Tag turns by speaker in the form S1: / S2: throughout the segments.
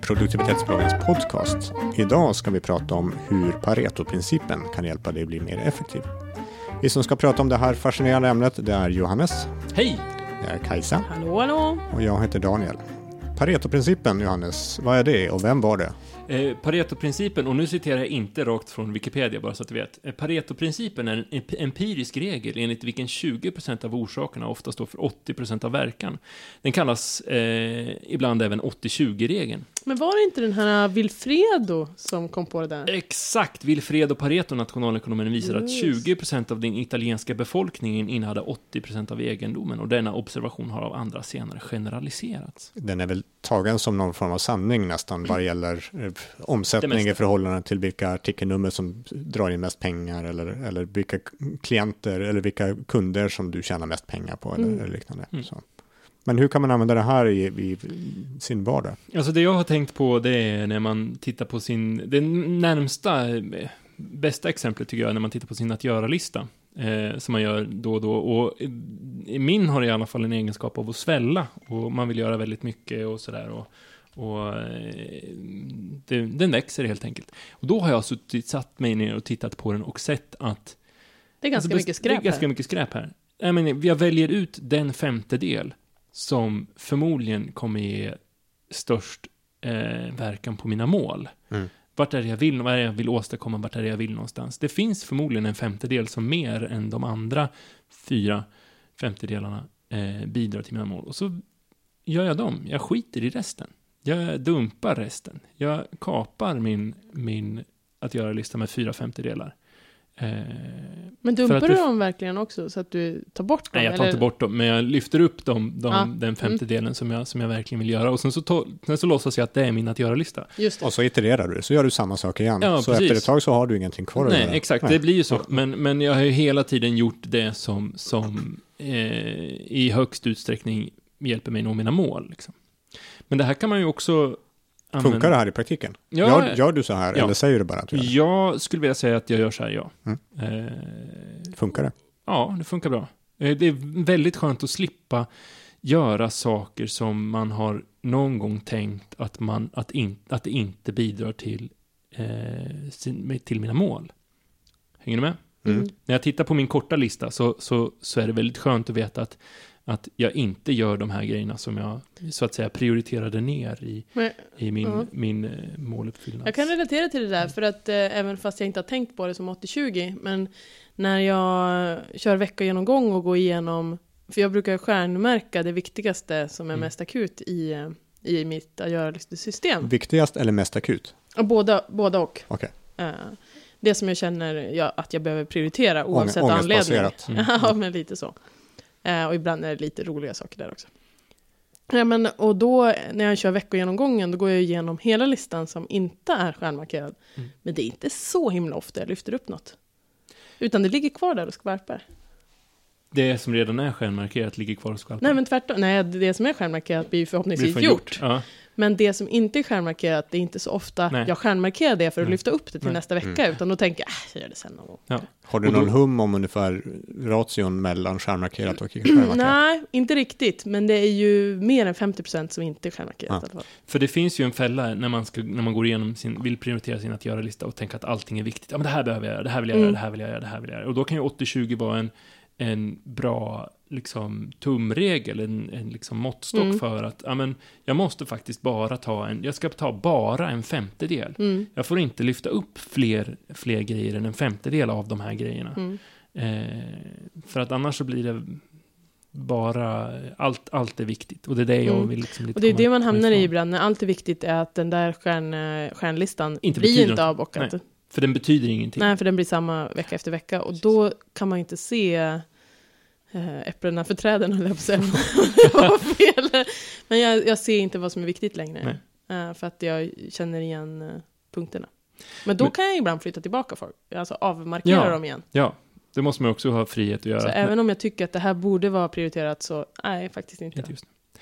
S1: produktivitetsbloggens podcast. Idag ska vi prata om hur Pareto-principen kan hjälpa dig bli mer effektiv. Vi som ska prata om det här fascinerande ämnet, det är Johannes.
S2: Hej!
S1: Det är Kajsa.
S3: Hallå, hallå.
S1: Och jag heter Daniel. Pareto-principen, Johannes, vad är det och vem var det?
S2: Pareto-principen, och nu citerar jag inte rakt från Wikipedia bara så att du vet. Pareto-principen är en empirisk regel enligt vilken 20% av orsakerna ofta står för 80% av verkan. Den kallas ibland även 80-20-regeln.
S3: Men var det inte den här Vilfredo som kom på det där?
S2: Exakt, Vilfredo Pareto, nationalekonomen, visar att 20% av den italienska befolkningen innehade 80% av egendomen, och denna observation har av andra senare generaliserats.
S1: Den är väl tagen som någon form av sanning nästan vad gäller omsättning i förhållande till vilka artikelnummer som drar in mest pengar eller vilka klienter eller vilka kunder som du tjänar mest pengar på eller liknande. Så. Men hur kan man använda det här i sin vardag?
S2: Alltså det jag har tänkt på, det är när man tittar på det bästa exemplet tycker jag är när man tittar på sin att göra-lista som man gör då och då. Och min har i alla fall en egenskap av att svälla, och man vill göra väldigt mycket och sådär, och den växer helt enkelt. Och då har jag satt mig ner och tittat på den och sett att
S3: det är ganska mycket skräp här.
S2: Det är ganska mycket skräp här. Jag väljer ut den femtedel som förmodligen kommer ge störst verkan på mina mål. Vart är det jag vill, vad är det jag vill åstadkomma, vart är det jag vill någonstans. Det finns förmodligen en femtedel som mer än de andra 4 femtedelarna bidrar till mina mål. Och så gör jag dem. Jag skiter i resten. Jag dumpar resten. Jag kapar min att göra-lista med 4 femtedelar.
S3: Men dumpar du dem verkligen också så att du tar bort dem?
S2: Nej, jag tar inte bort dem, men jag lyfter upp den femtedelen som jag verkligen vill göra, och sen så låtsas jag att det är min att göra-lista.
S1: Och så itererar du, så gör du samma sak igen.
S2: Ja,
S1: så
S2: precis.
S1: Efter ett tag så har du ingenting kvar att göra.
S2: Exakt, det blir ju så. Men jag har ju hela tiden gjort det som i högst utsträckning hjälper mig nå mina mål. Liksom. Men det här kan man ju också använda.
S1: Funkar det här i praktiken?
S2: Ja,
S1: gör du så här, eller säger du bara att du gör det?
S2: Jag skulle vilja säga att jag gör så här, ja.
S1: Funkar det?
S2: Ja, det funkar bra. Det är väldigt skönt att slippa göra saker som man har någon gång tänkt att det inte bidrar till mina mål. Hänger du med? När jag tittar på min korta lista så är det väldigt skönt att veta att jag inte gör de här grejerna som jag så att säga prioriterade ner i min måluppfyllnad.
S3: Jag kan relatera till det där, för att även fast jag inte har tänkt på det som 80-20, men när jag kör veckogenomgång och går igenom, för jag brukar stjärnmärka det viktigaste som är mest akut i mitt att göra-listesystem.
S1: Viktigast eller mest akut?
S3: Båda och.
S1: Okay.
S3: Det som jag känner att jag behöver prioritera oavsett anledning. Ja, men lite så. Och ibland är det lite roliga saker där också. Ja, och då när jag kör veckogenomgången, då går jag igenom hela listan som inte är stjärnmarkerad. Men det är inte så himla ofta jag lyfter upp något. Utan det ligger kvar där och skvalpar.
S2: Det som redan är stjärnmarkerat ligger kvar och skvalpar?
S3: Nej, men tvärtom. Nej, det som är stjärnmarkerat blir förhoppningsvis gjort. Ja. Men det som inte är stjärnmarkerat, det är inte så ofta jag stjärnmarkerar det för att lyfta upp det till nästa vecka. Utan då tänker jag gör det sen någon gång. Ja.
S1: Har du någon hum om ungefär ration mellan stjärnmarkerat och stjärnmarkerat?
S3: Nej, inte riktigt. Men det är ju mer än 50% som inte är stjärnmarkerat. I alla fall.
S2: För det finns ju en fälla när man går igenom vill prioritera sin att göra-lista och tänka att allting är viktigt. Ja, men det här behöver jag göra, det här vill jag göra, det här vill jag göra, det här vill jag göra. Och då kan ju 80-20 vara en bra liksom tumregel, en liksom måttstock för att jag måste faktiskt jag ska ta bara en femtedel. Jag får inte lyfta upp fler grejer än en femtedel av de här grejerna. För att annars så blir det bara allt är viktigt, och det är det jag vill liksom lite. Och
S3: det är det man hamnar i ibland, när allt är viktigt, är att den där stjärnlistan blir inte avbockad.
S2: Nej, för den betyder ingenting.
S3: Nej, för den blir samma vecka efter vecka, och då kan man inte se äpplena för träden, eller på sig. Men jag ser inte vad som är viktigt längre. För att jag känner igen punkterna. Men då kan jag ibland flytta tillbaka folk. Alltså avmarkera dem igen.
S2: Ja, det måste man också ha frihet att göra.
S3: Så även om jag tycker att det här borde vara prioriterat, så nej, faktiskt inte.
S2: Just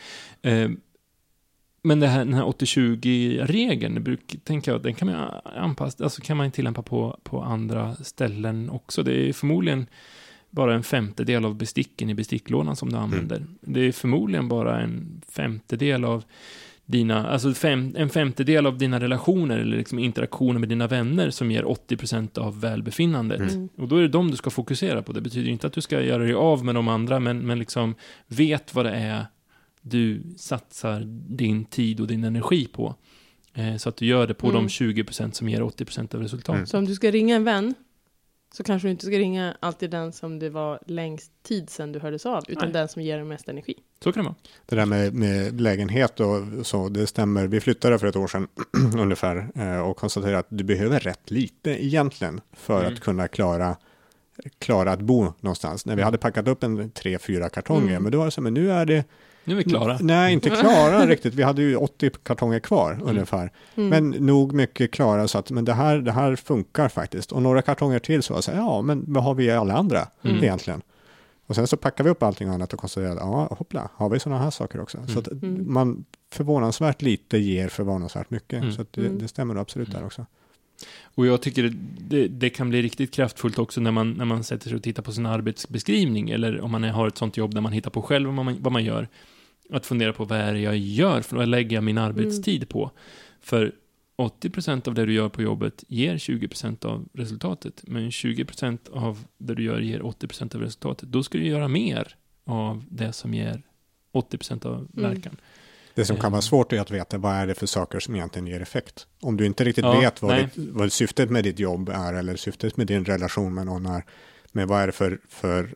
S2: men den här 80-20-regeln, tänker jag, den kan man anpassa, alltså kan man tillämpa på andra ställen också. Det är förmodligen bara en femtedel av besticken i besticklådan som du använder. Det är förmodligen bara en femtedel av alltså en femtedel av dina relationer eller liksom interaktioner med dina vänner som ger 80% av välbefinnandet. Och då är det dem du ska fokusera på. Det betyder inte att du ska göra dig av med de andra, men liksom vet vad det är du satsar din tid och din energi på. Så att du gör det på de 20% som ger 80% av resultat.
S3: Så om du ska ringa en vän, så kanske du inte ska ringa alltid den som det var längst tid sedan du hördes av, utan den som ger mest energi.
S2: Så kan det vara.
S1: Det där med lägenhet och så, det stämmer. Vi flyttade för ett år sedan ungefär och konstaterade att du behöver rätt lite egentligen för att kunna klara att bo någonstans. När vi hade packat upp 3-4 kartonger, men då var det så, men nu är vi
S2: klara.
S1: Nej, inte klara riktigt. Vi hade ju 80 kartonger kvar ungefär. Men nog mycket klara så att men det här funkar faktiskt. Och några kartonger till så att ja, men vad har vi alla andra egentligen? Och sen så packar vi upp allting annat och konstaterar hoppla, har vi sådana här saker också? Så att man förvånansvärt lite ger förvånansvärt mycket. Så att det stämmer absolut där också.
S2: Och jag tycker det kan bli riktigt kraftfullt också när man sätter sig och tittar på sin arbetsbeskrivning, eller om man har ett sånt jobb där man hittar på själv vad man gör. Att fundera på vad är det jag gör, för vad lägger jag min arbetstid på? För 80% av det du gör på jobbet ger 20% av resultatet, men 20% av det du gör ger 80% av resultatet. Då ska du göra mer av det som ger 80% av verkan.
S1: Det som kan vara svårt är att veta vad är det för saker som egentligen ger effekt. Om du inte riktigt vet vad syftet med ditt jobb är eller syftet med din relation med någon är, men vad är det för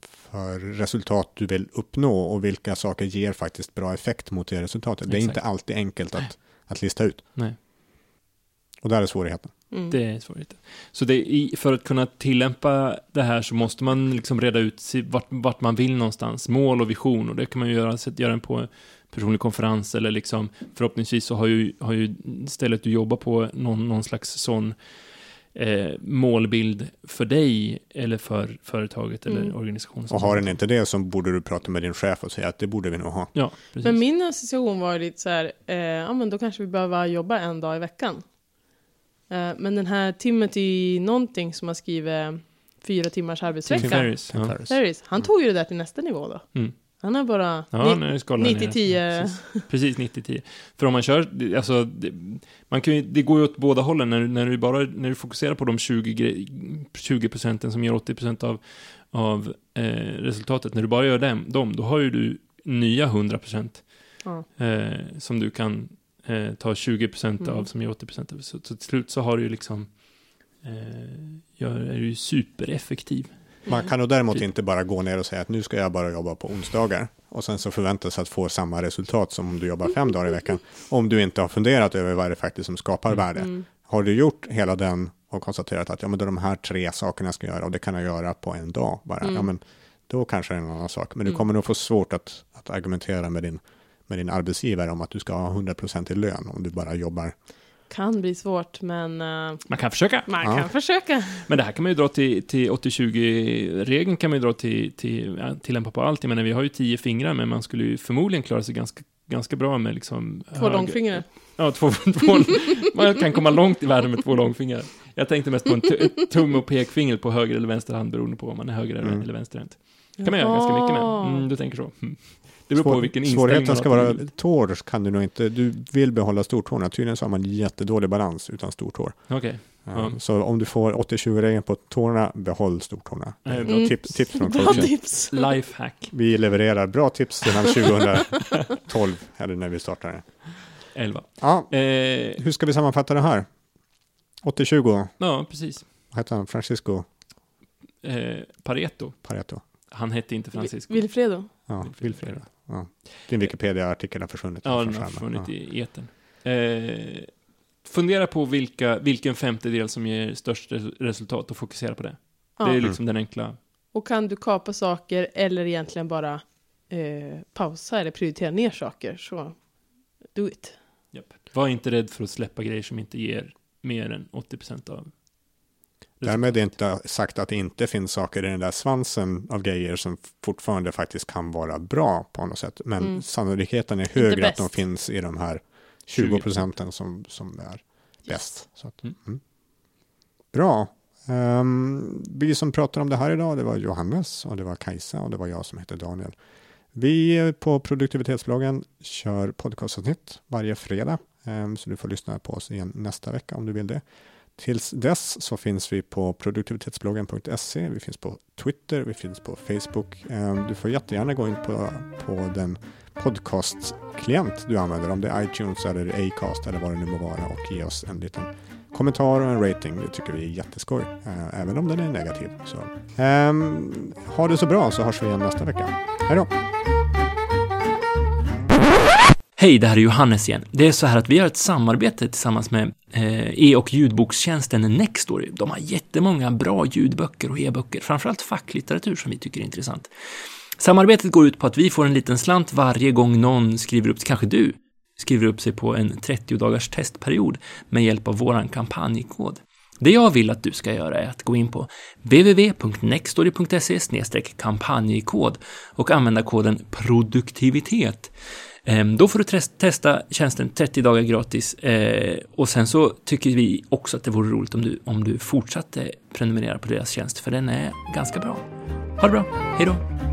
S1: resultat du vill uppnå och vilka saker ger faktiskt bra effekt mot det resultatet. Exakt. Det är inte alltid enkelt att lista ut.
S2: Nej.
S1: Och där är svårigheten.
S2: Det är svårigheten. Så för att kunna tillämpa det här så måste man liksom reda ut vart man vill någonstans. Mål och vision. Och det kan man ju göra den på personlig konferens eller liksom förhoppningsvis så har ju stället du jobbar på någon slags sån målbild för dig eller för företaget eller organisationen.
S1: Och har den inte det så borde du prata med din chef och säga att det borde vi nog ha.
S2: Ja, precis.
S3: Men min association var lite så här, men då kanske vi behöver jobba en dag i veckan. Men den här Timothy någonting som har skrivit 4 timmars arbetsvecka. Ferris, han tog ju det där till nästa nivå då. Han är bara 90-10.
S2: Precis 90-10. För om man kör, alltså, det går ju åt båda hållen när du fokuserar på de 20% som ger 80% av resultatet. När du bara gör dem, då har ju du nya 100% som du kan ta 20% av som ger 80%. Så till slut så har du ju liksom är du supereffektiv.
S1: Man kan då däremot inte bara gå ner och säga att nu ska jag bara jobba på onsdagar och sen så förväntas att få samma resultat som om du jobbar 5 dagar i veckan. Om du inte har funderat över vad det faktiskt som skapar värde. Har du gjort hela den och konstaterat att men det är de här 3 sakerna jag ska göra och det kan jag göra på en dag bara. Ja, men då kanske det är en annan sak. Men du kommer nog få svårt att argumentera med din arbetsgivare om att du ska ha 100% i lön om du bara jobbar.
S3: Kan bli svårt, men
S2: man kan försöka.
S3: Kan försöka.
S2: Men det här kan man ju dra till 80-20-regeln kan man ju dra till tillämpa på allt. Jag menar, vi har ju 10 fingrar, men man skulle ju förmodligen klara sig ganska bra med liksom
S3: 2 långfingrar.
S2: Ja, 2 man kan komma långt i världen med 2 långfingrar. Jag tänkte mest på en tumme och pekfinger på höger eller vänster hand beroende på om man är höger eller vänsterhänt. Kan man göra ganska mycket med. Du tänker så. Det beror på vilken inställning.
S1: Svårigheten ska vara tår kan du nog inte. Du vill behålla stortårna. Tydligen så har man jättedålig balans utan stortår.
S2: Okej.
S1: Så om du får 80-20-regeln på tårna, behåll stortårna. Tips från coachen.
S2: Lifehack.
S1: Vi levererar bra tips sedan 2012 eller när vi startade.
S2: 11.
S1: Ja. Hur ska vi sammanfatta det här? 80-20.
S2: Ja, precis.
S1: Vad heter han? Francisco?
S2: Pareto. Han hette inte Francisco.
S3: Wilfredo.
S1: Ja, Wilfredo. Ja. Din Wikipedia-artikel har försvunnit.
S2: Ja, den har försvunnit i etern. Fundera på vilken femtedel som ger störst resultat och fokusera på det. Ja. Det är liksom den enkla.
S3: Och kan du kapa saker eller egentligen bara pausa eller prioritera ner saker, så do it.
S2: Yep. Var inte rädd för att släppa grejer som inte ger mer än 80% av.
S1: Därmed är inte sagt att det inte finns saker i den där svansen av grejer som fortfarande faktiskt kan vara bra på något sätt. Men sannolikheten är högre att de finns i de här 20% som är bäst. Så att, Bra. Vi som pratar om det här idag, det var Johannes och det var Kajsa och det var jag som heter Daniel. Vi på produktivitetsbloggen kör podcastavsnitt varje fredag. Så du får lyssna på oss igen nästa vecka om du vill det. Tills dess så finns vi på produktivitetsbloggen.se. Vi finns på Twitter, vi finns på Facebook. Du får jättegärna gå in på den podcastklient du använder. Om det är iTunes eller Acast eller vad det nu må vara. Och ge oss en liten kommentar och en rating. Det tycker vi är jätteskoj. Även om den är negativ. Så, ha det så bra så hörs vi igen nästa vecka. Hej då!
S2: Hej, det här är Johannes igen. Det är så här att vi har ett samarbete tillsammans med e- och ljudbokstjänsten Nextory. De har jättemånga bra ljudböcker och e-böcker, framförallt facklitteratur som vi tycker är intressant. Samarbetet går ut på att vi får en liten slant varje gång någon skriver upp, kanske du, skriver upp sig på en 30-dagars testperiod med hjälp av våran kampanjkod. Det jag vill att du ska göra är att gå in på www.nextory.se/kampanjkod och använda koden produktivitet. Då får du testa tjänsten 30 dagar gratis och sen så tycker vi också att det vore roligt om du fortsatte prenumerera på deras tjänst för den är ganska bra. Ha det bra, hej då!